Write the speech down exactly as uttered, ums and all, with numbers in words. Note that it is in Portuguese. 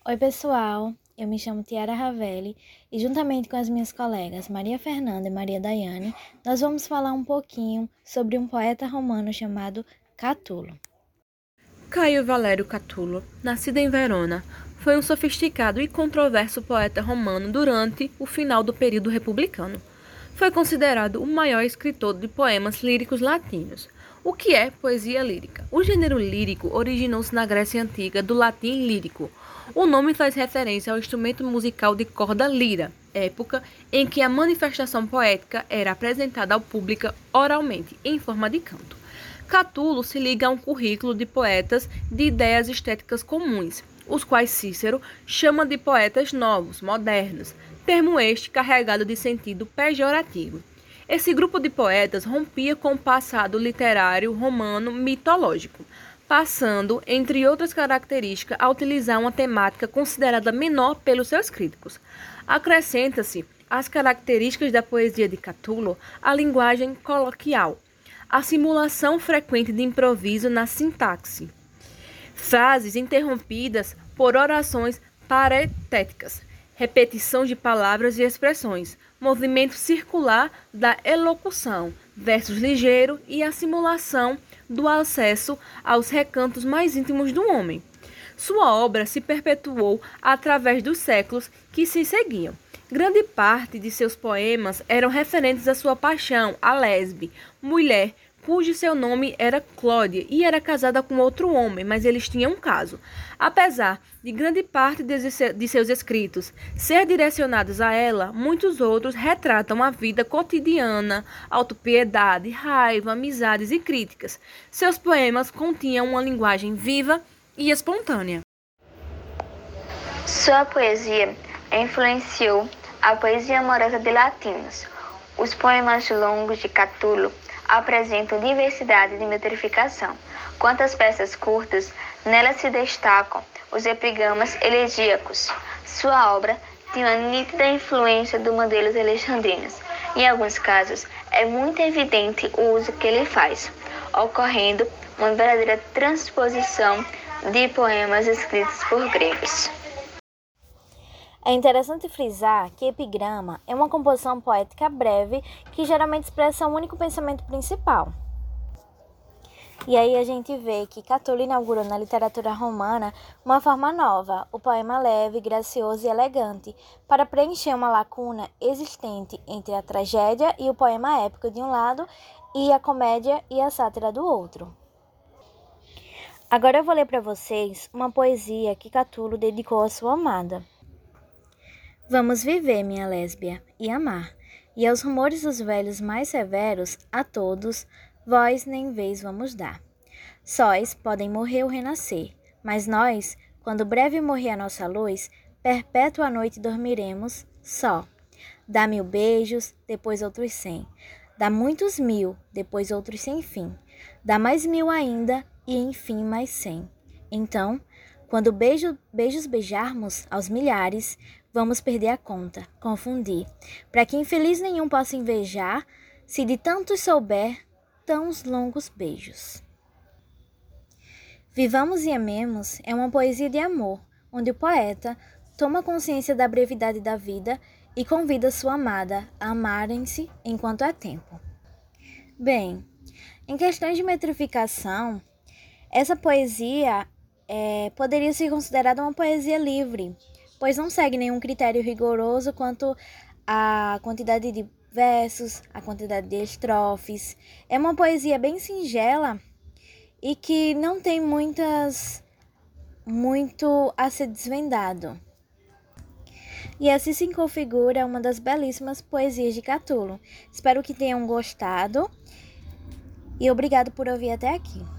Oi, pessoal. Eu me chamo Tiara Ravelli e, juntamente com as minhas colegas Maria Fernanda e Maria Daiane, nós vamos falar um pouquinho sobre um poeta romano chamado Catulo. Caio Valério Catulo, nascido em Verona, foi um sofisticado e controverso poeta romano durante o final do período republicano. Foi considerado o maior escritor de poemas líricos latinos. O que é poesia lírica? O gênero lírico originou-se na Grécia Antiga, do latim lírico. O nome faz referência ao instrumento musical de corda lira, época em que a manifestação poética era apresentada ao público oralmente, em forma de canto. Catulo se liga a um currículo de poetas de ideias estéticas comuns, os quais Cícero chama de poetas novos, modernos, termo este carregado de sentido pejorativo. Esse grupo de poetas rompia com o passado literário romano mitológico, passando, entre outras características, a utilizar uma temática considerada menor pelos seus críticos. Acrescenta-se às características da poesia de Catulo a linguagem coloquial, a simulação frequente de improviso na sintaxe, frases interrompidas por orações parentéticas, repetição de palavras e expressões, movimento circular da elocução, versos ligeiro e a simulação do acesso aos recantos mais íntimos do homem. Sua obra se perpetuou através dos séculos que se seguiam. Grande parte de seus poemas eram referentes à sua paixão, a lésbi, mulher cujo seu nome era Cláudia e era casada com outro homem, mas eles tinham um caso. Apesar de grande parte de seus escritos ser direcionados a ela, muitos outros retratam a vida cotidiana, autopiedade, raiva, amizades e críticas. Seus poemas continham uma linguagem viva e espontânea. Sua poesia influenciou a poesia amorosa de latinos. Os poemas longos de Catulo apresentam diversidade de metrificação. Quanto às peças curtas, nelas se destacam os epigramas elegíacos. Sua obra tem uma nítida influência dos modelos alexandrinos. Em alguns casos, é muito evidente o uso que ele faz, ocorrendo uma verdadeira transposição de poemas escritos por gregos. É interessante frisar que epigrama é uma composição poética breve que geralmente expressa um único pensamento principal. E aí a gente vê que Catulo inaugurou na literatura romana uma forma nova, o poema leve, gracioso e elegante, para preencher uma lacuna existente entre a tragédia e o poema épico de um lado e a comédia e a sátira do outro. Agora eu vou ler para vocês uma poesia que Catulo dedicou à sua amada. Vamos viver, minha lésbia, e amar, e aos rumores dos velhos mais severos, a todos, vós nem vez vamos dar. Sóis podem morrer ou renascer, mas nós, quando breve morrer a nossa luz, perpétua noite dormiremos só. Dá mil beijos, depois outros cem. Dá muitos mil, depois outros sem fim. Dá mais mil ainda, e enfim mais cem. Então, quando beijo, beijos beijarmos aos milhares, vamos perder a conta, confundir, para que infeliz nenhum possa invejar, se de tantos souber, tão longos beijos. Vivamos e amemos é uma poesia de amor, onde o poeta toma consciência da brevidade da vida e convida sua amada a amarem-se enquanto há tempo. Bem, em questões de metrificação, essa poesia é, poderia ser considerada uma poesia livre, pois não segue nenhum critério rigoroso quanto à quantidade de versos, a quantidade de estrofes. É uma poesia bem singela e que não tem muitas, muito a ser desvendado. E assim se configura uma das belíssimas poesias de Catulo. Espero que tenham gostado e obrigado por ouvir até aqui.